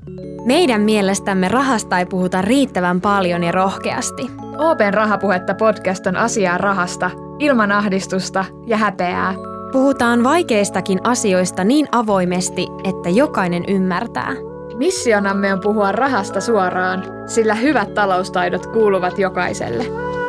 Meidän mielestämme rahasta ei puhuta riittävän paljon ja rohkeasti. Open Rahapuhetta podcast on asiaa rahasta, ilman ahdistusta ja häpeää. Puhutaan vaikeistakin asioista niin avoimesti, että jokainen ymmärtää. Missionamme on puhua rahasta suoraan, sillä hyvät taloustaidot kuuluvat jokaiselle.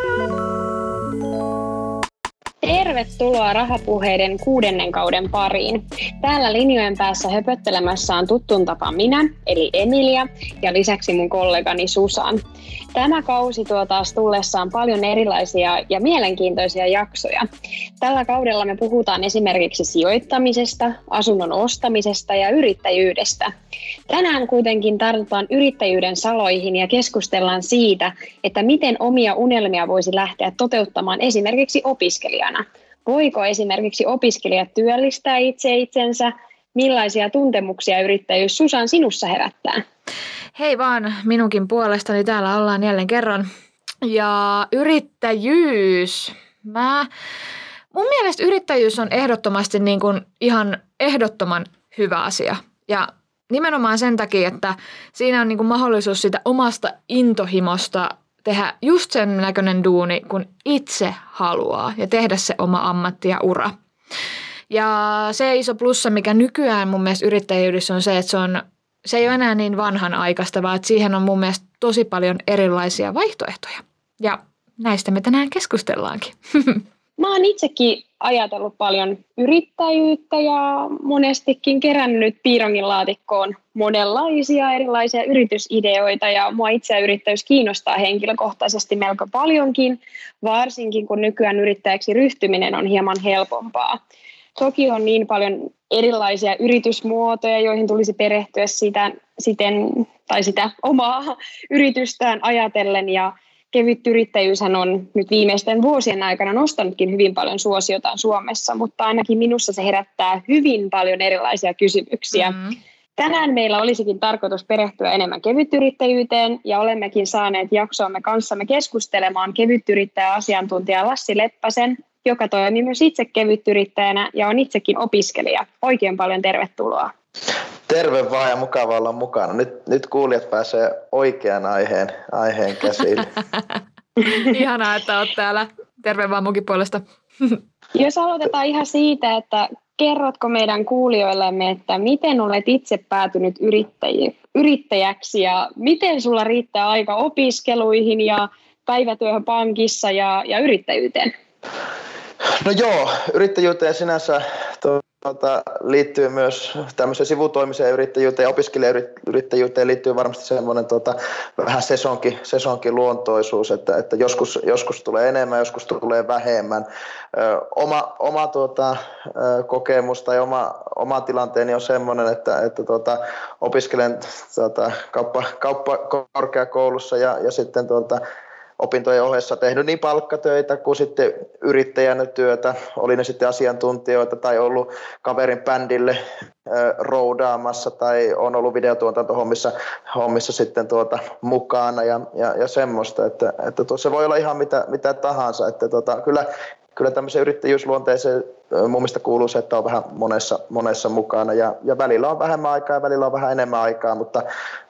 Tervetuloa Rahapuheiden 6. kauden pariin. Täällä linjojen päässä höpöttelemässä on tuttuun tapaan minä, eli Emilia, ja lisäksi mun kollegani Susan. Tämä kausi tuo taas tullessaan paljon erilaisia ja mielenkiintoisia jaksoja. Tällä kaudella me puhutaan esimerkiksi sijoittamisesta, asunnon ostamisesta ja yrittäjyydestä. Tänään kuitenkin tartutaan yrittäjyyden saloihin ja keskustellaan siitä, että miten omia unelmia voisi lähteä toteuttamaan esimerkiksi opiskelijana. Voiko esimerkiksi opiskelijat työllistää itsensä? Millaisia tuntemuksia yrittäjyys Susan sinussa herättää? Hei vaan minunkin puolestani, täällä ollaan jälleen kerran. Ja yrittäjyys. Mun mielestä yrittäjyys on ehdottomasti niin kuin ihan ehdottoman hyvä asia. Ja nimenomaan sen takia, että siinä on niin kuin mahdollisuus sitä omasta intohimosta tehdä just sen näköinen duuni, kun itse haluaa ja tehdä se oma ammatti ja ura. Ja se iso plussa, mikä nykyään mun mielestä yrittäjyydessä on se, että se ei ole enää niin vanhanaikaista, vaan että siihen on mun mielestä tosi paljon erilaisia vaihtoehtoja. Ja näistä me tänään keskustellaankin. Mä oon itsekin ajatellut paljon yrittäjyyttä ja monestikin kerännyt piirongin laatikkoon monenlaisia erilaisia yritysideoita. Ja mua itseä yrittäjyys kiinnostaa henkilökohtaisesti melko paljonkin, varsinkin kun nykyään yrittäjäksi ryhtyminen on hieman helpompaa. Toki on niin paljon erilaisia yritysmuotoja, joihin tulisi perehtyä sitä omaa yritystään ajatellen. Ja kevyt yrittäjyyshän on nyt viimeisten vuosien aikana nostanutkin hyvin paljon suosiotaan Suomessa, mutta ainakin minussa se herättää hyvin paljon erilaisia kysymyksiä. Tänään meillä olisikin tarkoitus perehtyä enemmän kevytyrittäjyyteen ja olemmekin saaneet jaksoamme kanssamme keskustelemaan kevytyrittäjä-asiantuntija Lassi Leppäsen, joka toimii myös itse kevytyrittäjänä ja on itsekin opiskelija. Oikein paljon tervetuloa. Terve vaan ja mukava olla mukana. Nyt kuulijat pääsee oikean aiheen käsiin. Ihanaa, että olet täällä. Terve vaan munkin puolesta. Jos aloitetaan ihan siitä, että kerrotko meidän kuulijoillemme, että miten olet itse päätynyt yrittäjäksi ja miten sulla riittää aika opiskeluihin ja päivätyöhön pankissa ja yrittäjyyteen? No joo, yrittäjyyteen sinänsä liittyy myös tämmöiseen sivutoimiseen yrittäjyyteen ja opiskelijayrittäjyyteen liittyy varmasti semmoinen vähän sesonkiluontoisuus, että joskus tulee enemmän, joskus tulee vähemmän. Oma kokemus tai oma tilanteeni on semmoinen, että opiskelen kauppakorkeakoulussa ja sitten opintojen ohessa tehnyt niin palkkatöitä kuin sitten yrittäjänä työtä, oli ne sitten asiantuntijoita tai ollut kaverin bändille roudaamassa tai on ollut videotuotantohommissa sitten mukana ja semmoista, että se voi olla ihan mitä tahansa, että kyllä tämmöiseen yrittäjyysluonteeseen mun mielestä kuuluu se, että on vähän monessa mukana ja välillä on vähemmän aikaa ja välillä on vähän enemmän aikaa, mutta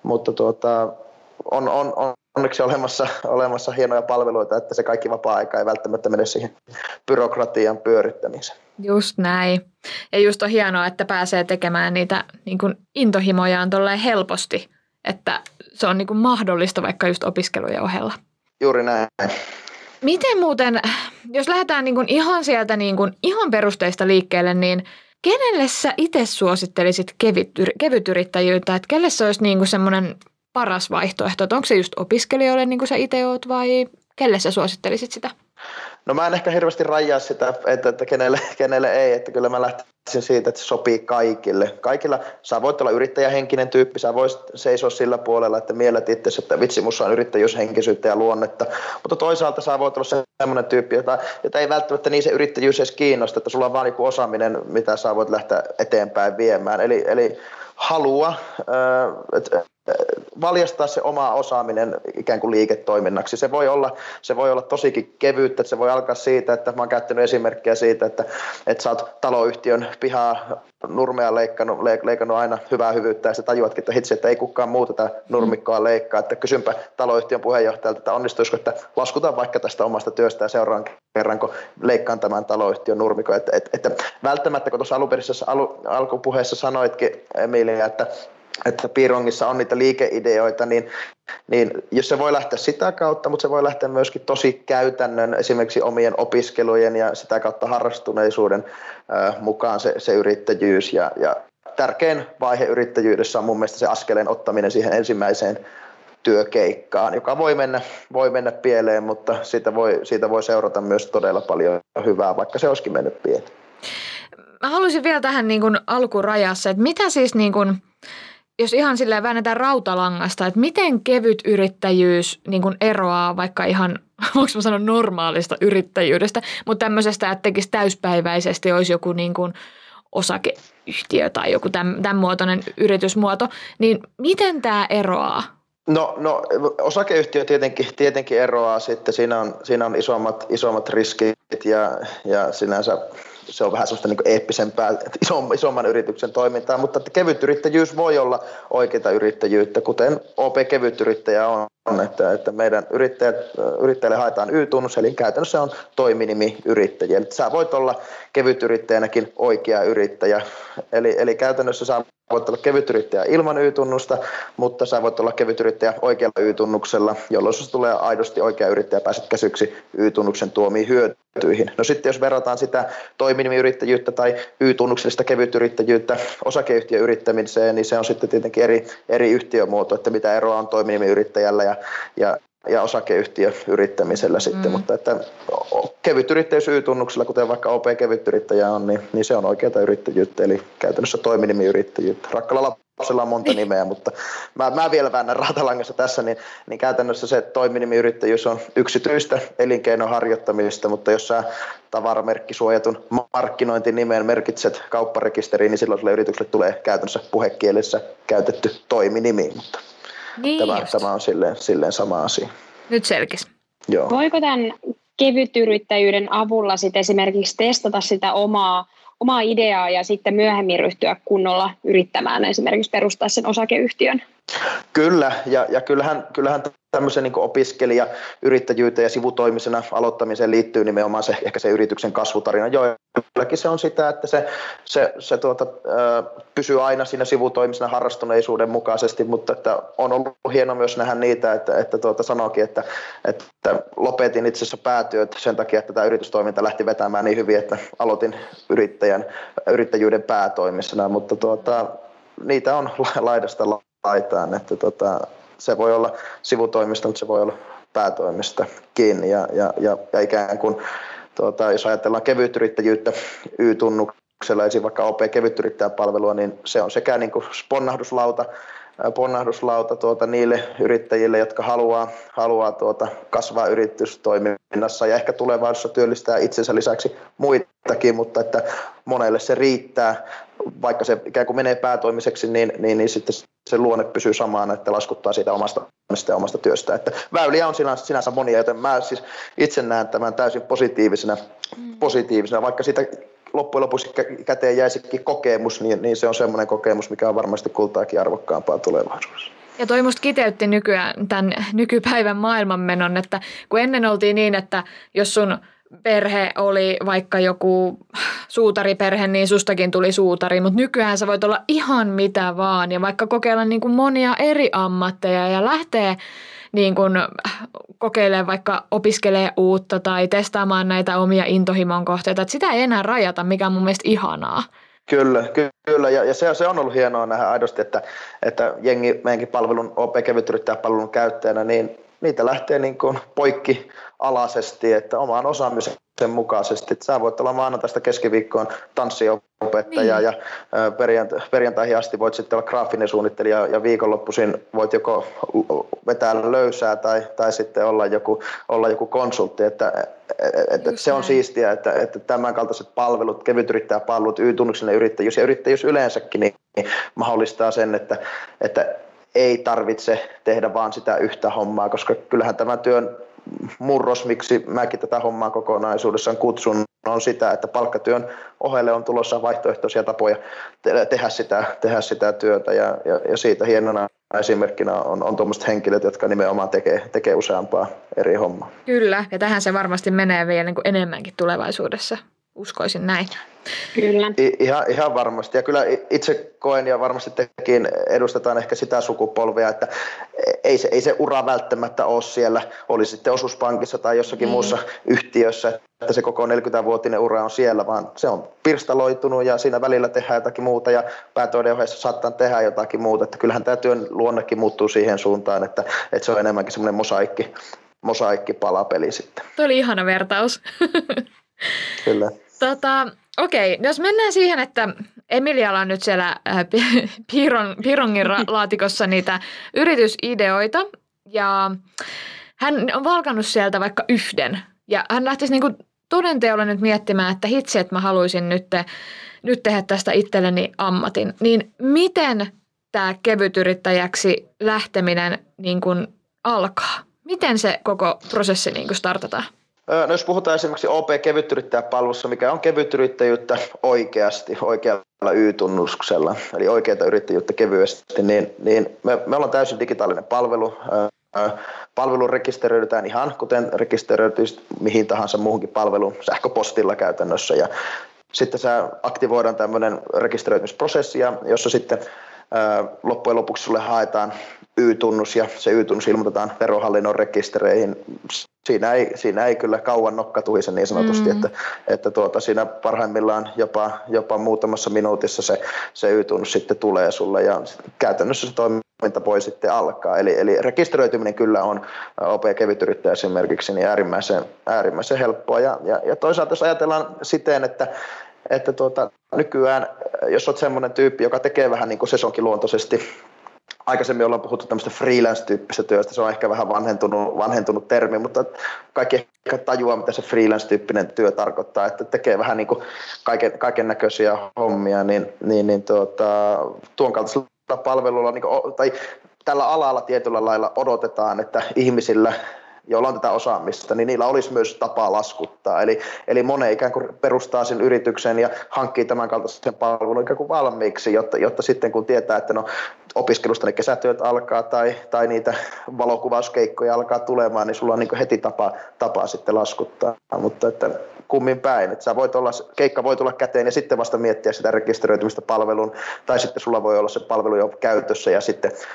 on onneksi olemassa hienoja palveluita, että se kaikki vapaa-aika ei välttämättä mene siihen byrokratian pyörittämiseen. Just näin. Ja just on hienoa, että pääsee tekemään niitä niin kuin intohimojaan tolleen helposti, että se on niin kuin mahdollista vaikka just opiskelujen ohella. Juuri näin. Miten muuten, jos lähdetään niin kuin ihan sieltä niin kuin ihan perusteista liikkeelle, niin kenelle sä itse suosittelisit kevytyrittäjyyttä? Että kelle se olisi niin kuin semmoinen paras vaihtoehto? Että onko se just opiskelijoille niin kuin sä itse oot vai kelle sä suosittelisit sitä? No mä en ehkä hirveästi rajaa sitä, että kenelle ei, että kyllä mä lähtisin siitä, että se sopii kaikille. Kaikilla sä voit olla yrittäjähenkinen tyyppi, sä voisit seisoa sillä puolella, että mielet itse, että vitsi, musta on yrittäjyyshenkisyyttä ja luonnetta. Mutta toisaalta sä voit olla sellainen tyyppi, jota ei välttämättä niin se yrittäjyys edes kiinnosta, että sulla on vaan joku osaaminen, mitä sä voit lähteä eteenpäin viemään. Eli halua, valjastaa se oma osaaminen ikään kuin liiketoiminnaksi. Se voi olla tosikin kevyyttä, että se voi alkaa siitä, että mä oon käyttänyt esimerkkejä siitä, että sä oot taloyhtiön pihaa nurmea leikannut aina hyvää hyvyyttä ja sä tajuatkin, että hitsi, että ei kukaan muu tätä nurmikkoa leikkaa, että kysynpä taloyhtiön puheenjohtajalta, että onnistuisiko, että laskutaan vaikka tästä omasta työstä ja seuraan kerran, kun leikkaan tämän taloyhtiön nurmikon. Että välttämättä, kun tuossa alkupuheessa sanoitkin, Emilia, että piirongissa on niitä liikeideoita, niin jos se voi lähteä sitä kautta, mutta se voi lähteä myöskin tosi käytännön, esimerkiksi omien opiskelujen ja sitä kautta harrastuneisuuden mukaan se yrittäjyys. Ja tärkein vaihe yrittäjyydessä on mun mielestä se askeleen ottaminen siihen ensimmäiseen työkeikkaan, joka voi mennä pieleen, mutta siitä voi seurata myös todella paljon hyvää, vaikka se olisikin mennyt pieleen. Mä haluaisin vielä tähän niin kuin alkurajassa, että mitä siis niin kuin, jos ihan silleen väännetään rautalangasta, että miten kevyt yrittäjyys niin kuin eroaa vaikka ihan, voinko mä sanoa normaalista yrittäjyydestä, mutta tämmöisestä, että tekisi täyspäiväisesti, olisi joku niin kuin osakeyhtiö tai joku tämän muotoinen yritysmuoto, niin miten tämä eroaa? No osakeyhtiö tietenkin eroaa sitten, siinä on isommat riskit ja sinänsä se on vähän sellaista niin eeppisempää isomman yrityksen toimintaa, mutta että kevyt yrittäjyys voi olla oikeaa yrittäjyyttä, kuten OP Kevyt Yrittäjä on, että meidän yrittäjälle haetaan Y-tunnus, eli käytännössä on toiminimi yrittäjä. Eli sä voit olla kevyt yrittäjänäkin oikea yrittäjä, eli käytännössä sä voit olla kevyt yrittäjä ilman Y-tunnusta, mutta sä voit olla kevyt yrittäjä oikealla Y-tunnuksella, jolloin susta tulee aidosti oikea yrittäjä, pääset käsyksi Y-tunnuksen tuomiin hyötyihin. No sitten jos verrataan sitä toiminimiyrittäjyyttä tai Y-tunnuksellista kevyt yrittäjyyttä osakeyhtiöyrittämiseen, niin se on sitten tietenkin eri yhtiömuoto, että mitä eroa on toiminimiyrittäjällä ja osakeyhtiöyrittämisellä sitten, mutta että kevyt yrittäjyys Y-tunnuksella, kuten vaikka OP Kevyt Yrittäjä on, niin se on oikeata yrittäjyyttä, eli käytännössä toiminimiyrittäjyyttä. Rakkalla lapsella on monta nimeä, mutta mä vielä väännän rautalangassa tässä, niin käytännössä se toiminimiyrittäjyys on yksityistä elinkeinon harjoittamista, mutta jos sä tavaramerkkisuojatun markkinointinimeen merkitset kaupparekisteriin, niin silloin sille yritykselle tulee käytännössä puhekielessä käytetty toiminimi, mutta niin tämä on silleen sama asia. Nyt selkis. Joo. Voiko tämän kevytyrittäjyyden avulla sitten esimerkiksi testata sitä omaa ideaa ja sitten myöhemmin ryhtyä kunnolla yrittämään, esimerkiksi perustaa sen osakeyhtiön? Kyllä, ja kyllähän tämmöisen niin opiskelijayrittäjyyteen ja sivutoimisena aloittamiseen liittyy nimenomaan ehkä se yrityksen kasvutarina. Joillakin se on sitä, että se pysyy aina siinä sivutoimisena harrastuneisuuden mukaisesti, mutta että on ollut hieno myös nähdä niitä, että sanoikin, että lopetin itse asiassa päätyöt sen takia, että tämä yritystoiminta lähti vetämään niin hyvin, että aloitin yrittäjyyden päätoimisena, mutta niitä on laidasta laitaan, että se voi olla sivutoimista, mutta se voi olla päätoimistakin ja ikään kuin jos ajatellaan kevytyrittäjyyttä Y-tunnuksella, esimerkiksi vaikka OP Kevytyrittäjäpalvelua, niin se on sekä niin kuin ponnahduslauta niille yrittäjille, jotka haluaa kasvaa yritystoiminnassa ja ehkä tulevaisuudessa työllistää itsensä lisäksi muitakin, mutta että monelle se riittää, vaikka se ikään kuin menee päätoimiseksi, niin sitten se luonne pysyy samana, että laskuttaa siitä omasta työstä. Että väyliä on sinänsä monia, joten mä siis itse näen tämän täysin positiivisena, vaikka siitä loppujen lopuksi käteen jäisikin kokemus, niin se on semmoinen kokemus, mikä on varmasti kultaakin arvokkaampaa tulevaisuudessa. Ja toi musta kiteytti tämän nykypäivän maailmanmenon, että kun ennen oltiin niin, että jos sun perhe oli vaikka joku suutariperhe, niin sustakin tuli suutari, mutta nykyään sä voit olla ihan mitä vaan ja vaikka kokeilla niin kuin monia eri ammatteja ja lähteä niin kuin kokeilemaan vaikka opiskelee uutta tai testaamaan näitä omia intohimon kohteita, että sitä ei enää rajata, mikä on mun mielestä ihanaa. Kyllä. Ja se on ollut hienoa nähdä aidosti, että jengi meidänkin palvelun, OP Kevytyrittäjäpalvelun käyttäjänä, niin niitä lähtee niin kuin poikkialaisesti, että omaan osaamisen mukaisesti. Että sä voit olla maanantaista keskiviikkoon tanssiopettaja ja perjantaihin asti voit sitten olla graafinen suunnittelija ja viikonloppuisin voit joko vetää löysää tai sitten olla joku konsultti. Että se on siistiä, että tämän kaltaiset palvelut, kevytyrittäjäpalvelut, Y-tunnuksellinen yrittäjyys ja yrittäjyys yleensäkin niin mahdollistaa sen, että ei tarvitse tehdä vaan sitä yhtä hommaa, koska kyllähän tämä työn murros, miksi mäkin tätä hommaa kokonaisuudessaan kutsun, on sitä, että palkkatyön ohelle on tulossa vaihtoehtoisia tapoja tehdä sitä työtä ja siitä hienona esimerkkinä on tuommoiset henkilöt, jotka nimenomaan tekee useampaa eri hommaa. Kyllä, ja tähän se varmasti menee vielä niin kuin enemmänkin tulevaisuudessa, uskoisin näin. Kyllä. Ihan varmasti. Ja kyllä itse koen ja varmasti tekin edustetaan ehkä sitä sukupolvea, että ei se ura välttämättä ole siellä, oli sitten osuuspankissa tai jossakin muussa yhtiössä, että se koko 40-vuotinen ura on siellä, vaan se on pirstaloitunut ja siinä välillä tehdään jotakin muuta ja päätöiden ohessa saattaa tehdä jotakin muuta. Että kyllähän tämä työn luonnekin muuttuu siihen suuntaan, että se on enemmänkin semmoinen mosaikkipalapeli sitten. Tuo oli ihana vertaus. Kyllä. Okei, jos mennään siihen, että Emilialla on nyt siellä piirongin laatikossa niitä yritysideoita ja hän on valkannut sieltä vaikka yhden ja hän lähtisi niin kuin todenteolla nyt miettimään, että hitsi, että mä haluaisin nyt tehdä tästä itselleni ammatin, niin miten tämä kevytyrittäjäksi lähteminen niin kuin alkaa? Miten se koko prosessi niin kuin startataan? No jos puhutaan esimerkiksi OP-kevytyrittäjäpalvelussa, mikä on kevytyrittäjyyttä oikealla Y-tunnuksella, eli oikeaa yrittäjyyttä kevyesti, niin me ollaan täysin digitaalinen palvelu. Palvelu rekisteröidytään ihan kuten rekisteröityisi mihin tahansa muuhunkin palveluun sähköpostilla käytännössä. Ja sitten aktivoidaan tämmöinen rekisteröitymisprosessi, jossa sitten loppujen lopuksi sulle haetaan Y-tunnus ja se Y-tunnus ilmoitetaan verohallinnon rekistereihin. Siinä ei kyllä kauan nokka tuhise niin sanotusti, että siinä parhaimmillaan jopa muutamassa minuutissa se Y-tunnus sitten tulee sulle ja käytännössä se toiminta voi sitten alkaa. Eli rekisteröityminen kyllä on OP-kevytyrittäjä esimerkiksi niin äärimmäisen helppoa ja toisaalta jos ajatellaan siten, että nykyään, jos olet semmoinen tyyppi, joka tekee vähän niin kuin sesonkiluontoisesti, aikaisemmin ollaan puhuttu tämmöistä freelance-tyyppistä työstä, se on ehkä vähän vanhentunut termi, mutta kaikki ehkä tajuaa, mitä se freelance-tyyppinen työ tarkoittaa, että tekee vähän niin kuin kaiken näköisiä hommia, niin tuon kaltaisella palvelulla tai tällä alalla tietyllä lailla odotetaan, että ihmisillä, joilla on tätä osaamista, niin niillä olisi myös tapa laskuttaa. Eli moni ikään kuin perustaa sen yrityksen ja hankkii tämän kaltaisen palvelun ikään kuin valmiiksi, jotta sitten kun tietää, että opiskelusta ne kesätyöt alkaa tai niitä valokuvauskeikkoja alkaa tulemaan, niin sulla on niin kuin heti tapa sitten laskuttaa. Mutta että kummin päin, että keikka voi tulla käteen ja sitten vasta miettiä sitä rekisteröitymistä palveluun, tai sitten sulla voi olla se palvelu jo käytössä ja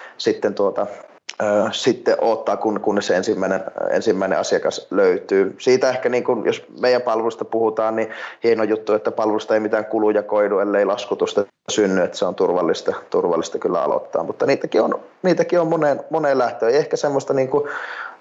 sitten odottaa, kun se ensimmäinen asiakas löytyy. Siitä ehkä, niin kun, jos meidän palvelusta puhutaan, niin hieno juttu, että palvelusta ei mitään kuluja koidu, ellei laskutusta synny, että se on turvallista kyllä aloittaa. Mutta niitäkin on moneen lähtöön. Ei ehkä semmoista niin kuin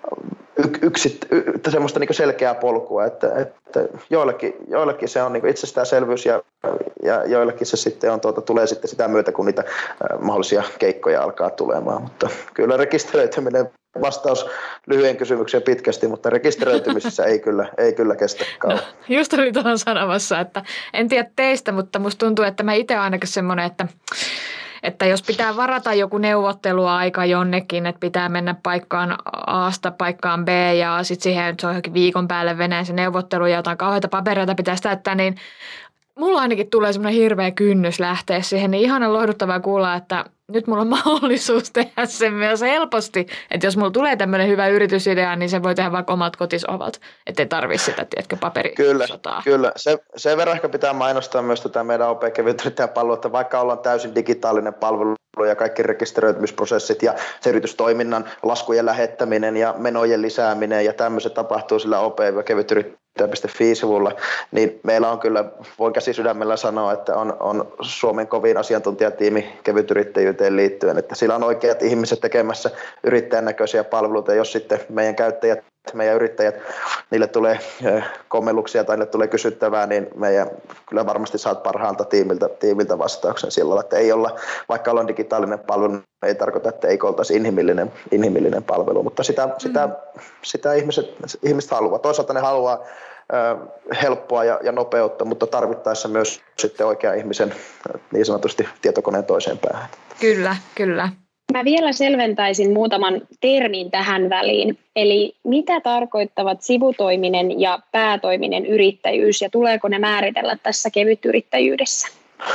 semmoista niin kuin selkeää polkua, että joillekin se on niin kuin itsestäänselvyys ja joillekin se sitten tulee sitten sitä myötä, kun niitä mahdollisia keikkoja alkaa tulemaan. Mutta kyllä rekisteröityminen, vastaus lyhyen kysymykseen pitkästi, mutta rekisteröitymisessä ei kyllä kestä kauan. No, just olin tuohon sanomassa, että en tiedä teistä, mutta musta tuntuu, että mä itse ainakin semmoinen, että jos pitää varata joku neuvotteluaika jonnekin, että pitää mennä paikkaan A-sta paikkaan B ja sitten siihen se on johonkin viikon päälle veneen se neuvottelu ja jotain kauheita papereita pitäisi täyttää, niin mulla ainakin tulee semmoinen hirveä kynnys lähteä siihen, niin ihana lohduttavaa kuulla, että nyt mulla on mahdollisuus tehdä sen myös helposti. Että jos mulla tulee tämmöinen hyvä yritysidea, niin se voi tehdä vaikka omat kotisohvat, ettei tarvitse sitä, tiedätkö, paperisotaa. Kyllä. Sen verran ehkä pitää mainostaa myös tätä meidän OP-kevytyrittäjäpalvelua, että vaikka ollaan täysin digitaalinen palvelu ja kaikki rekisteröitymisprosessit ja se yritystoiminnan laskujen lähettäminen ja menojen lisääminen ja tämmöiset tapahtuu sillä op-kevytyrittäjä.fi-sivulla, niin meillä on kyllä, voin käsi sydämellä sanoa, että on Suomen kovin asiantuntijatiimi kevytyrittäjyyteen liittyen, että sillä on oikeat ihmiset tekemässä yrittäjän näköisiä palveluita, jos sitten meidän käyttäjät, meidän yrittäjät, niille tulee kommelluksia tai niille tulee kysyttävää, niin meidän kyllä varmasti saat parhaalta tiimiltä vastauksen sillä, että ei olla, vaikka ollaan digitaalinen palvelu, ei tarkoita, että ei oltaisi inhimillinen palvelu, mutta sitä ihmiset haluaa. Toisaalta ne haluaa helppoa ja nopeutta, mutta tarvittaessa myös sitten oikean ihmisen niin sanotusti tietokoneen toiseen päähän. Kyllä. Mä vielä selventäisin muutaman termin tähän väliin. Eli mitä tarkoittavat sivutoiminen ja päätoiminen yrittäjyys ja tuleeko ne määritellä tässä kevytyrittäjyydessä?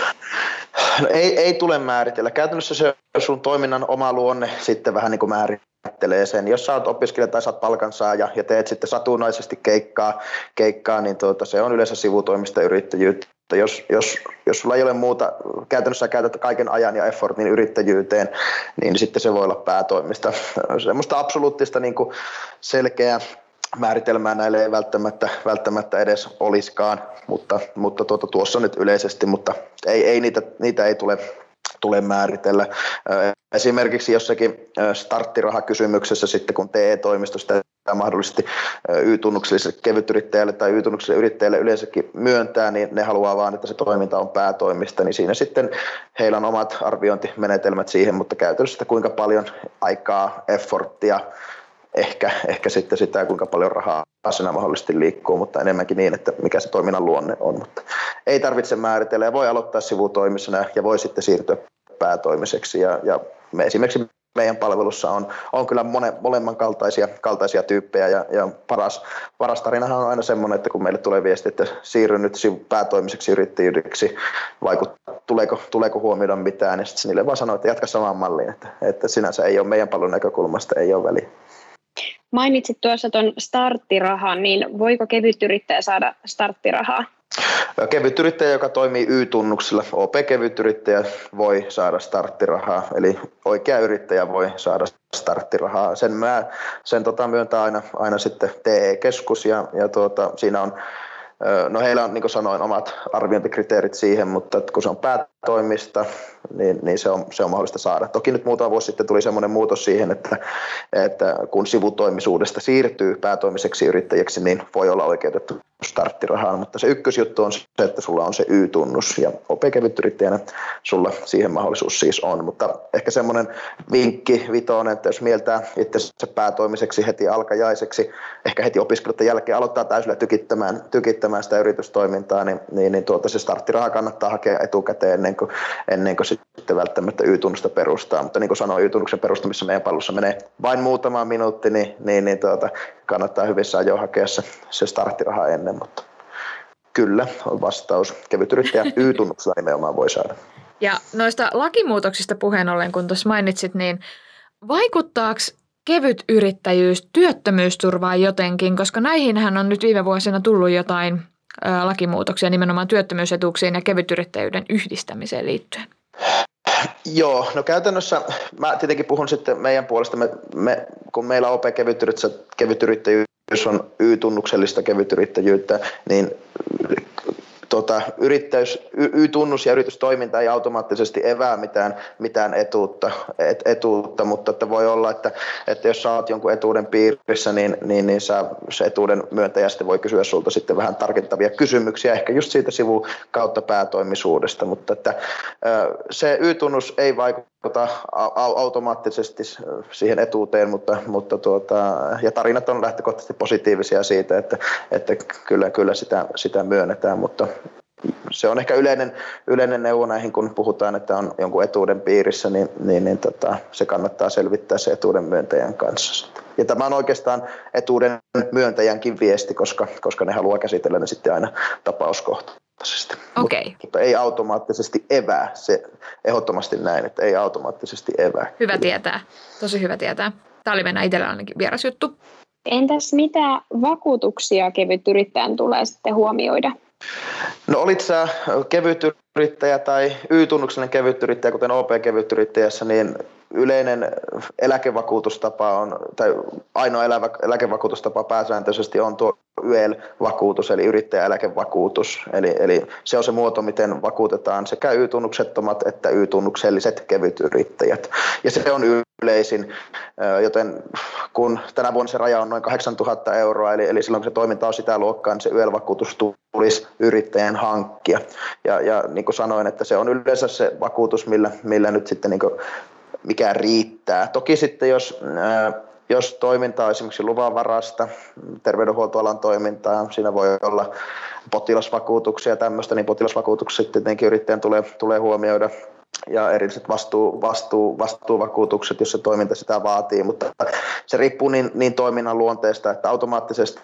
No ei tule määritellä. Käytännössä se sun toiminnan oma luonne sitten vähän niin kuin määrittelee sen. Jos sä oot opiskelija tai sä oot palkansaaja ja teet sitten satunnaisesti keikkaa niin se on yleensä sivutoimista yrittäjyyttä. Jos sulla ei ole muuta, käytännössä käytät kaiken ajan ja effortin yrittäjyyteen, niin sitten se voi olla päätoimista. Semmoista absoluuttista niin kuin selkeää määritelmää näille ei välttämättä edes olisikaan, mutta tuossa nyt yleisesti, mutta niitä ei tule määritellä. Esimerkiksi jossakin starttirahakysymyksessä sitten, kun TE-toimisto sitä mahdollisesti Y-tunnukselliselle kevytyrittäjälle tai Y-tunnukselliselle yrittäjälle yleensäkin myöntää, niin ne haluaa vaan, että se toiminta on päätoimista, niin siinä sitten heillä on omat arviointimenetelmät siihen, mutta käytännössä kuinka paljon aikaa, efforttia, ehkä sitten sitä, kuinka paljon rahaa siinä mahdollisesti liikkuu, mutta enemmänkin niin, että mikä se toiminnan luonne on. Mutta ei tarvitse määritellä ja voi aloittaa sivutoimisena ja voi sitten siirtyä päätoimiseksi. Ja me esimerkiksi meidän palvelussa on kyllä molemman kaltaisia tyyppejä ja paras tarinahan on aina semmoinen, että kun meille tulee viesti, että siirry nyt päätoimiseksi yrittäjyydeksi, tuleeko huomioida mitään, niin sitten niille vaan sanoo, että jatka samaan malliin, että sinänsä ei ole meidän palvelun näkökulmasta, ei ole väliä. Mainitsit tuossa tuon starttirahan, niin voiko kevytyrittäjä saada starttirahaa? Kevytyrittäjä, joka toimii Y-tunnuksella, OP-kevytyrittäjä voi saada starttirahaa, eli oikea yrittäjä voi saada starttirahaa. Sen myöntää aina sitten TE-keskus ja siinä on, no heillä on, niin kuin sanoin, omat arviointikriteerit siihen, mutta kun se on päätoimista, niin se on mahdollista saada. Toki nyt muutama vuosi sitten tuli semmoinen muutos siihen, että kun sivutoimisuudesta siirtyy päätoimiseksi yrittäjäksi, niin voi olla oikeutettu starttirahaan, mutta se ykkösjuttu on se, että sulla on se Y-tunnus ja OP-kevytyrittäjänä sulla siihen mahdollisuus siis on, mutta ehkä semmoinen vinkki vitonen, että jos mieltää itsensä päätoimiseksi heti alkajaiseksi, ehkä heti opiskeluiden jälkeen aloittaa täysillä tykittämään sitä yritystoimintaa, niin se starttiraha kannattaa hakea etukäteen ennen kuin sitten välttämättä Y-tunnusta perustaa, mutta niin kuin sanoin, Y-tunnuksen perustamisessa meidän palvelussa menee vain muutama minuutti, niin kannattaa hyvissä ajoin hakea se starttiraha ennen, mutta kyllä on vastaus. Kevytyrittäjä Y-tunnuksella nimenomaan voi saada. Ja noista lakimuutoksista puheen ollen, kun tuossa mainitsit, niin vaikuttaako kevyt yrittäjyys työttömyysturvaan jotenkin, koska näihinhän on nyt viime vuosina tullut jotain lakimuutoksia nimenomaan työttömyysetuuksiin ja kevytyrittäjyyden yhdistämiseen liittyen? Joo, no käytännössä mä tietenkin puhun sitten meidän puolesta, kun meillä OP-kevytyrittäjyys on Y-tunnuksellista kevytyrittäjyyttä, niin Y-tunnus ja yritystoiminta ei automaattisesti evää mitään etuutta, mutta että voi olla, että jos sä oot jonkun etuuden piirissä, niin se etuuden myöntäjä sitten voi kysyä sulta sitten vähän tarkentavia kysymyksiä, ehkä just siitä sivu kautta päätoimisuudesta, mutta että se Y-tunnus ei vaikuta automaattisesti siihen etuuteen, mutta ja tarinat on lähtökohtaisesti positiivisia siitä, että kyllä sitä myönnetään, mutta se on ehkä yleinen neuvo näihin, kun puhutaan, että on jonkun etuuden piirissä, niin se kannattaa selvittää se etuuden myöntäjän kanssa. Ja tämä on oikeastaan etuuden myöntäjänkin viesti, koska ne haluaa käsitellä ne sitten aina tapauskohtaisesti. Okay. Mutta ei automaattisesti evää, se ehdottomasti näin, että ei automaattisesti evää. Hyvä tietää, tosi hyvä tietää. Tämä oli mennä itsellä ainakin vieras juttu. Entäs mitä vakuutuksia kevytyrittäjän tulee sitten huomioida? No olit sä kevytyrittäjä tai Y-tunnuksellinen kevytyrittäjä, kuten OP-kevytyrittäjässä, niin yleinen eläkevakuutustapa on, tai ainoa eläkevakuutustapa pääsääntöisesti on tuo YEL-vakuutus, eli yrittäjäeläkevakuutus. Eli se on se muoto, miten vakuutetaan sekä Y-tunnuksettomat että Y-tunnukselliset kevytyrittäjät. Ja se on yleisin, joten kun tänä vuonna se raja on noin 8 000 euroa, eli silloin kun se toiminta on sitä luokkaa, niin se YEL-vakuutus tulisi yrittäjän hankkia. Ja niin kuin sanoin, että se on yleensä se vakuutus, millä nyt sitten niin kuin mikä riittää. Toki sitten jos toiminta on esimerkiksi luvanvarasta, terveydenhuoltoalan toimintaa, siinä voi olla potilasvakuutuksia ja tämmöistä, niin potilasvakuutukset tietenkin yrittäjän tulee huomioida. ja erilliset vastuuvakuutukset, jos se toiminta sitä vaatii, mutta se riippuu niin toiminnan luonteesta, että automaattisesti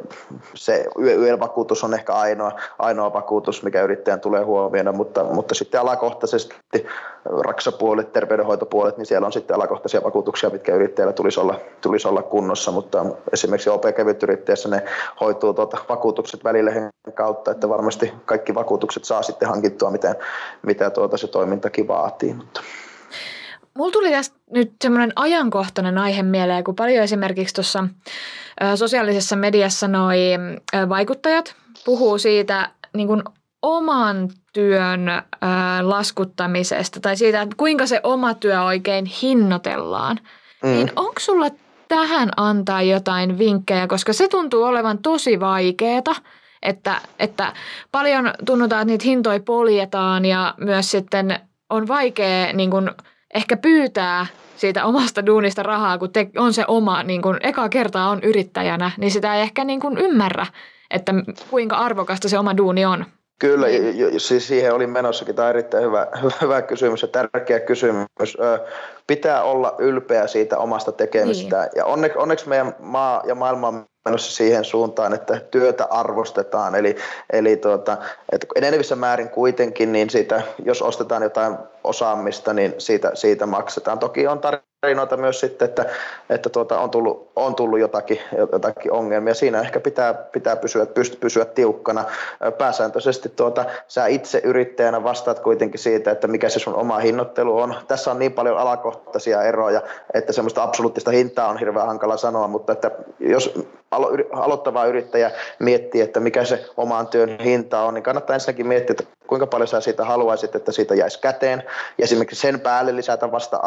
se YEL-vakuutus on ehkä ainoa vakuutus, mikä yrittäjän tulee huomioida, mutta sitten alakohtaisesti raksapuolet, terveydenhoitopuolet, niin siellä on sitten alakohtaisia vakuutuksia, mitkä yrittäjällä tulisi olla kunnossa, mutta esimerkiksi OP-kevytyrittäjässä ne hoituu vakuutukset välilehen kautta, että varmasti kaikki vakuutukset saa sitten hankittua, mitä se toimintakin vaatii. Mutta. Mulla tuli tästä nyt semmoinen ajankohtainen aihe mieleen, kun paljon esimerkiksi tuossa sosiaalisessa mediassa noi vaikuttajat puhuu siitä niin kuin oman työn laskuttamisesta tai siitä, että kuinka se oma työ oikein hinnoitellaan. Niin onko sulla tähän antaa jotain vinkkejä, koska se tuntuu olevan tosi vaikeeta, että paljon tunnutaan, että niitä hintoja poljetaan ja myös sitten on vaikea niin kuin ehkä pyytää siitä omasta duunista rahaa, kun on se oma, niin kuin eka kertaa on yrittäjänä, niin sitä ei ehkä niin kuin ymmärrä, että kuinka arvokasta se oma duuni on. Kyllä, siis siihen oli menossakin. Tämä on erittäin hyvä kysymys ja tärkeä kysymys. Pitää olla ylpeä siitä omasta tekemistä. Niin. Ja onneksi meidän maa ja maailma on menossa siihen suuntaan, että työtä arvostetaan. Eli että enenevissä määrin kuitenkin, niin siitä, jos ostetaan jotain osaamista, niin siitä maksetaan. Toki on tarinoita myös sitten, että on tullut jotakin ongelmia. Siinä ehkä pitää pysyä tiukkana. Pääsääntöisesti sä itse yrittäjänä vastaat kuitenkin siitä, että mikä se sun oma hinnoittelu on. Tässä on niin paljon alakohtaisia eroja, että semmoista absoluuttista hintaa on hirveän hankala sanoa, mutta että jos aloittava yrittäjä miettii, että mikä se oman työn hinta on, niin kannattaa ensinnäkin miettiä, että kuinka paljon sä siitä haluaisit, että siitä jäisi käteen. Ja esimerkiksi sen päälle lisätä vasta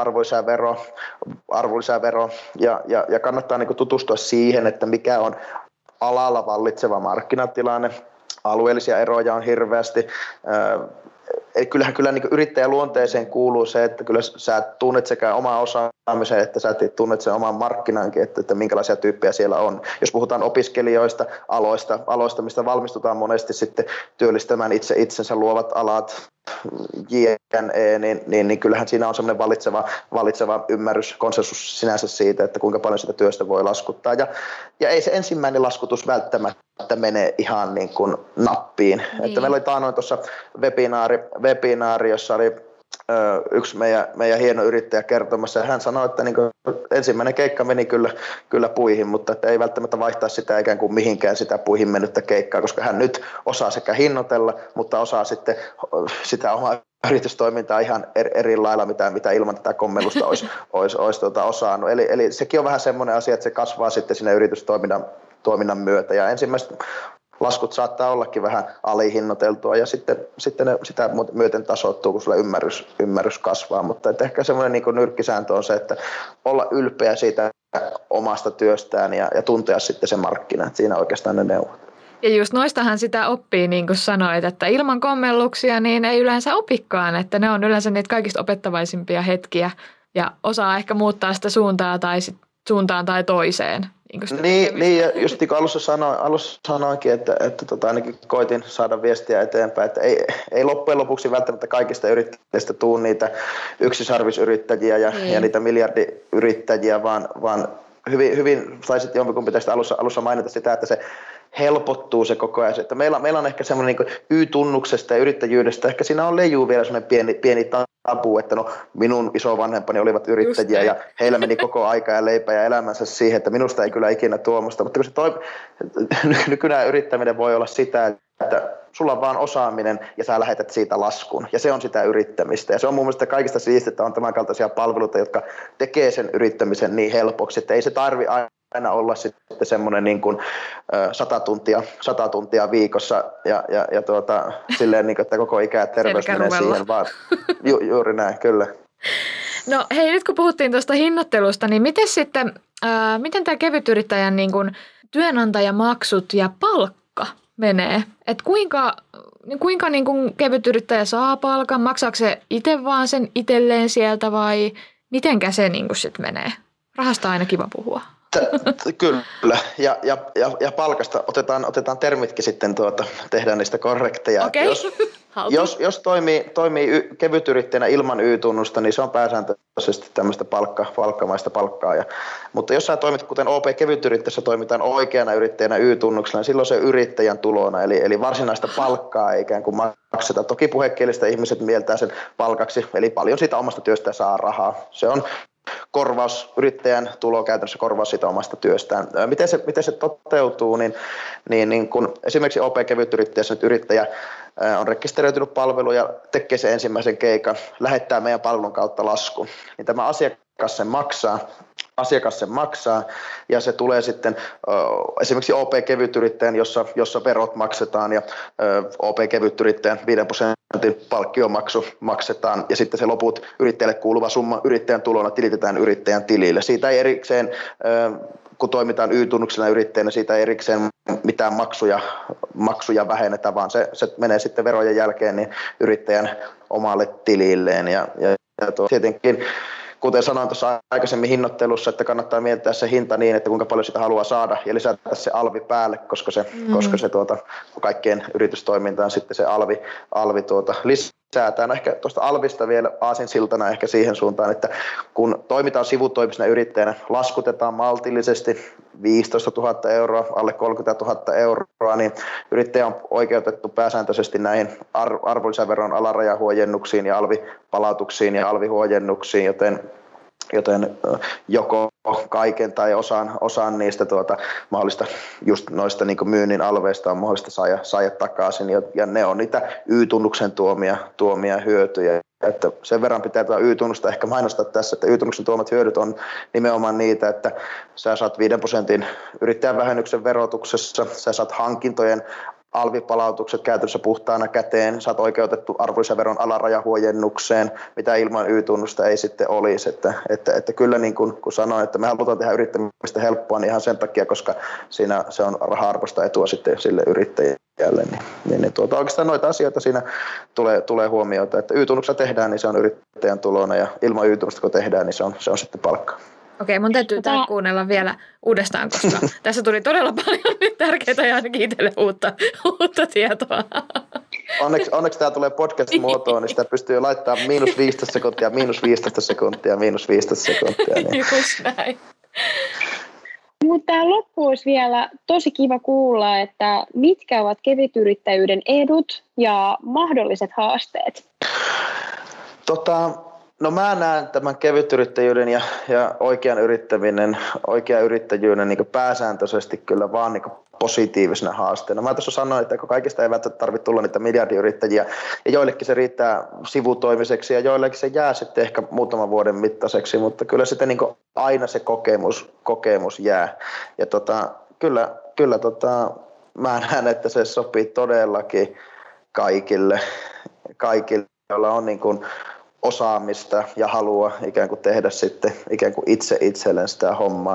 arvonlisävero ja kannattaa niin kuin tutustua siihen, että mikä on alalla vallitseva markkinatilanne. Alueellisia eroja on hirveästi. Eli kyllähän niin kuin yrittäjäluonteeseen kuuluu se, että kyllä sä tunnet sekä omaa osaamisen, että sä tunnet sen oman markkinankin, että minkälaisia tyyppejä siellä on. Jos puhutaan opiskelijoista, aloista, mistä valmistutaan monesti sitten työllistämään itsensä luovat alat, JNE, niin kyllähän siinä on semmoinen valitseva ymmärrys, konsensus sinänsä siitä, että kuinka paljon sitä työstä voi laskuttaa. Ja ei se ensimmäinen laskutus välttämättä mene ihan niin kuin nappiin. Niin. Että meillä oli taannoin tuossa webinaari, jossa oli yksi meidän hieno yrittäjä kertomassa, ja hän sanoi, että niin kuin ensimmäinen keikka meni kyllä puihin, mutta että ei välttämättä vaihtaa sitä ikään kuin mihinkään sitä puihin mennyttä keikkaa, koska hän nyt osaa sekä hinnoitella, mutta osaa sitten sitä omaa yritystoimintaa ihan eri lailla, mitä ilman tätä kommellusta olisi osannut. Eli sekin on vähän semmoinen asia, että se kasvaa sitten siinä yritystoiminnan myötä, ja ensimmäiset laskut saattaa ollakin vähän alihinnoiteltua ja sitten sitä myöten tasoittuu, kun sulla ymmärrys kasvaa. Mutta ehkä semmoinen niin kuin nyrkkisääntö on se, että olla ylpeä siitä omasta työstään ja tuntea sitten se markkina. Että siinä oikeastaan ne neuvot. Ja just noistahan sitä oppii, niin kuin sanoit, että ilman kommelluksia niin ei yleensä opikaan, että ne on yleensä niitä kaikista opettavaisimpia hetkiä ja osaa ehkä muuttaa sitä suuntaan tai toiseen. Niin, ja just niin kuin alussa sanoinkin, että ainakin koitin saada viestiä eteenpäin, että ei loppujen lopuksi välttämättä kaikista yrittäjistä tule niitä yksisarvisyrittäjiä ja niitä miljardiyrittäjiä, vaan hyvin taisit jompikumpi tästä alussa mainita sitä, että se helpottuu se koko ajan. Että meillä on ehkä semmoinen niin Y-tunnuksesta ja yrittäjyydestä, ehkä siinä on leijuu vielä semmoinen pieni tabu, että no minun isovanhempani olivat yrittäjiä ja heillä meni koko aika ja leipä ja elämänsä siihen, että minusta ei kyllä ikinä tuomusta. Mutta kun nykyään yrittäminen voi olla sitä, että sulla on vaan osaaminen ja sä lähetät siitä laskun. Ja se on sitä yrittämistä. Ja se on mun mielestä kaikista siistiä, että on tämän kaltaisia palveluita, jotka tekee sen yrittämisen niin helpoksi, että ei se tarvi aina olla sitten semmoinen niin kuin 100 tuntia viikossa ja silleen, niin kuin, että koko ikä ja terveys menee siihen vaan. Juuri näin, kyllä. No hei, nyt kun puhuttiin tuosta hinnoittelusta, niin miten tämä kevytyrittäjän niin kuin työnantajamaksut ja palkka menee? Et kuinka niin kuin kevytyrittäjä saa palkan? Maksaako se itse vaan sen itselleen sieltä vai mitenkä se niin kuin sit menee? Rahasta on aina kiva puhua. Kyllä, ja palkasta otetaan termitkin sitten, tehdään niistä korrekteja. Okei. Jos toimii kevytyrittäjänä ilman Y-tunnusta, niin se on pääsääntöisesti tämmöistä palkkamaista palkkaa. Mutta jos sä toimit, kuten OP-kevytyrittäjässä toimitaan oikeana yrittäjänä Y-tunnuksella, niin silloin se yrittäjän tulona, eli varsinaista palkkaa ei ikään kuin makseta. Toki puhekielistä ihmiset mieltää sen palkaksi, eli paljon siitä omasta työstä saa rahaa. Se on korvaus, yrittäjän tulo käytännössä korvaus siitä omasta työstään. Miten se toteutuu, niin kun esimerkiksi OP-kevytyrittäjässä nyt yrittäjä on rekisteröitynyt palvelu ja tekee sen ensimmäisen keikan, lähettää meidän palvelun kautta laskun, niin tämä asiakas sen maksaa ja se tulee sitten esimerkiksi OP-kevytyrittäjän, jossa verot maksetaan ja OP-kevytyrittäjän 5% palkkiomaksu maksetaan ja sitten se loput yrittäjälle kuuluva summa yrittäjän tulona tilitetään yrittäjän tilille. Siitä ei erikseen, kun toimitaan Y-tunnuksella yrittäjänä, siitä ei erikseen mitään maksuja vähennetä, vaan se menee sitten verojen jälkeen niin yrittäjän omalle tililleen ja tietenkin kuten sanoin tuossa aikaisemmin hinnoittelussa, että kannattaa miettiä se hinta niin, että kuinka paljon sitä haluaa saada ja lisätä se alvi päälle, koska se kaikkien yritystoimintaan sitten se alvi lisätään. Ehkä tuosta alvista vielä aasinsiltana ehkä siihen suuntaan, että kun toimitaan sivutoimisena yrittäjänä, laskutetaan maltillisesti 15 000 euroa, alle 30 000 euroa, niin yrittäjä on oikeutettu pääsääntöisesti näihin arvonlisäveron alarajahuojennuksiin ja alvipalautuksiin ja alvihuojennuksiin, joten joko kaiken tai osaan niistä mahdollista just noista niin kuin myynnin alveista on mahdollista saada takaisin ja ne on niitä Y-tunnuksen tuomia hyötyjä. Että sen verran pitää Y-tunnusta ehkä mainostaa tässä, että Y-tunnuksen tuomat hyödyt on nimenomaan niitä, että sä saat 5% yrittäjän vähennyksen verotuksessa, sä saat hankintojen alvipalautukset käytössä puhtaana käteen, sä oot oikeutettu arvonlisäveron alarajahuojennukseen, mitä ilman Y-tunnusta ei sitten olisi. Että kyllä niin kun sanoin, että me halutaan tehdä yrittämistä helppoa, niin ihan sen takia, koska siinä se on raha-arvoista etua sitten sille yrittäjälle. Niin oikeastaan noita asioita siinä tulee huomioita, että Y-tunnuksessa tehdään, niin se on yrittäjän tulona ja ilman Y-tunnusta kun tehdään, niin se on sitten palkkaa. Okei, mun täytyy tämä kuunnella vielä uudestaan, koska tässä tuli todella paljon nyt tärkeitä ja ainakin itselle uutta tietoa. Onneksi tämä tulee podcast-muotoon, niin sitä pystyy laittamaan -15 sekuntia, -15 sekuntia, -15 sekuntia. Niin. Just näin. Mutta loppuun olisi vielä tosi kiva kuulla, että mitkä ovat kevytyrittäjyyden edut ja mahdolliset haasteet? No mä näen tämän kevytyrittäjyyden ja oikean yrittäjyyden niin pääsääntöisesti kyllä vaan niin positiivisena haasteena. Mä tuossa sanoin, että kaikista ei välttämättä tarvitse tulla niitä miljardiyrittäjiä ja joillekin se riittää sivutoimiseksi ja joillekin se jää sitten ehkä muutaman vuoden mittaiseksi, mutta kyllä sitten niin aina se kokemus jää. Ja kyllä mä näen, että se sopii todellakin kaikille joilla on niin kuin osaamista ja halua ikään kuin tehdä sitten ikään kuin itse itselleen sitä hommaa.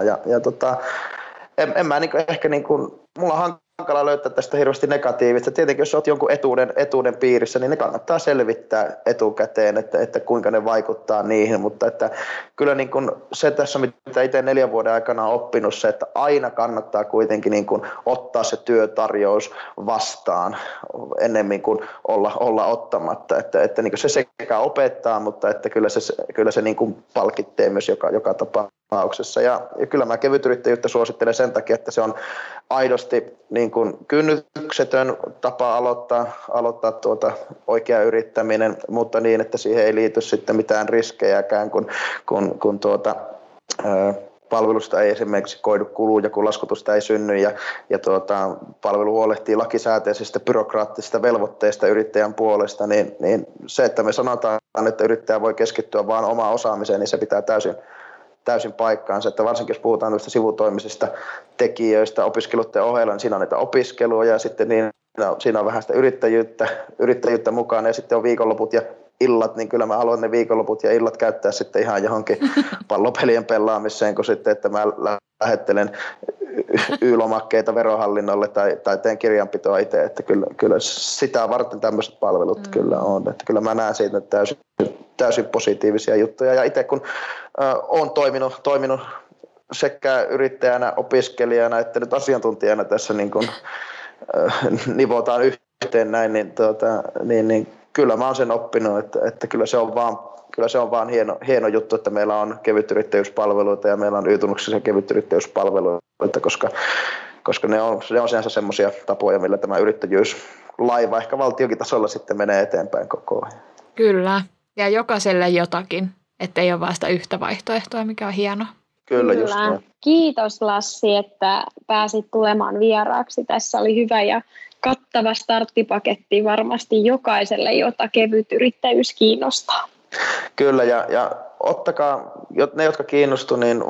En mä ehkä mulla on hankala löytää tästä hirveästi negatiivista. Tietenkin jos olet jonkun etuuden piirissä, niin ne kannattaa selvittää etukäteen, että kuinka ne vaikuttaa niihin, mutta että kyllä niin kuin se tässä, mitä itse 4 vuoden aikana on oppinut, se, että aina kannattaa kuitenkin niin kuin ottaa se työtarjous vastaan ennemmin kuin olla ottamatta, että niin kuin se sekä opettaa, mutta että kyllä se niin kuin palkittee myös joka tapauksessa. Ja kyllä mä kevytyrittäjyyttä suosittelen sen takia, että se on aidosti niin kuin kynnyksetön tapa aloittaa oikea yrittäminen, mutta niin, että siihen ei liity sitten mitään riskejäkään, kun palvelusta ei esimerkiksi koidu kuluja, kun laskutusta ei synny ja palvelu huolehtii lakisääteisistä byrokraattisista velvoitteista yrittäjän puolesta, niin se, että me sanotaan, että yrittäjä voi keskittyä vain omaan osaamiseen, niin se pitää täysin paikkaansa, että varsinkin jos puhutaan noista sivutoimisista tekijöistä opiskeluiden ohella, niin siinä on niitä opiskelua ja sitten siinä on vähän sitä yrittäjyyttä mukaan ja sitten on viikonloput ja illat, niin kyllä mä haluan ne viikonloput ja illat käyttää sitten ihan johonkin pallopelien pelaamiseen, kun sitten, että mä lähettelen Y-lomakkeita verohallinnolle tai teen kirjanpitoa itse, että kyllä sitä varten tämmöiset palvelut kyllä on, että kyllä mä näen siitä täysin positiivisia juttuja ja itse kun olen toiminut sekä yrittäjänä, opiskelijana että nyt asiantuntijana tässä niin kuin, nivotaan yhteen näin, niin kyllä mä oon sen oppinut, että kyllä se on vaan hieno juttu, että meillä on kevytyrittäjyyspalveluita ja meillä on Y-tunnuksisia kevytyrittäjyyspalveluita, koska ne on sinänsä semmoisia tapoja, millä tämä yrittäjyyslaiva ehkä valtionkin tasolla sitten menee eteenpäin koko ajan. Kyllä, ja jokaiselle jotakin, ettei ole vasta yhtä vaihtoehtoa, mikä on hieno. Kyllä. Just näin. Kiitos Lassi, että pääsit tulemaan vieraaksi. Tässä oli hyvä ja kattava starttipaketti varmasti jokaiselle, jota kevyt yrittäjyys kiinnostaa. Kyllä, ja ottakaa ne, jotka kiinnostuu, niin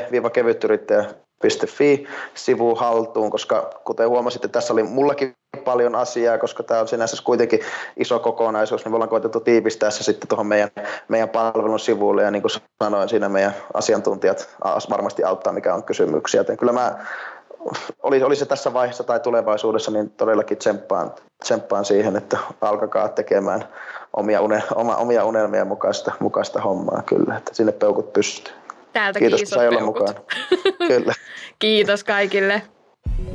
op-kevytyrittäjä.fi-sivu haltuun, koska kuten huomasitte, tässä oli mullakin paljon asiaa, koska tämä on sinänsä kuitenkin iso kokonaisuus, niin me ollaan koetettu tiivistää se sitten tuohon meidän palvelun sivuille, ja niin kuin sanoin, siinä meidän asiantuntijat varmasti auttaa, mikä on kysymyksiä. Joten kyllä oli se tässä vaiheessa tai tulevaisuudessa, niin todellakin tsemppaan siihen, että alkakaa tekemään omia unelmia mukaista hommaa kyllä, että sinne peukut pystyy. Täältä kiitos, kun sai olla mukaan. Kyllä. Kiitos kaikille.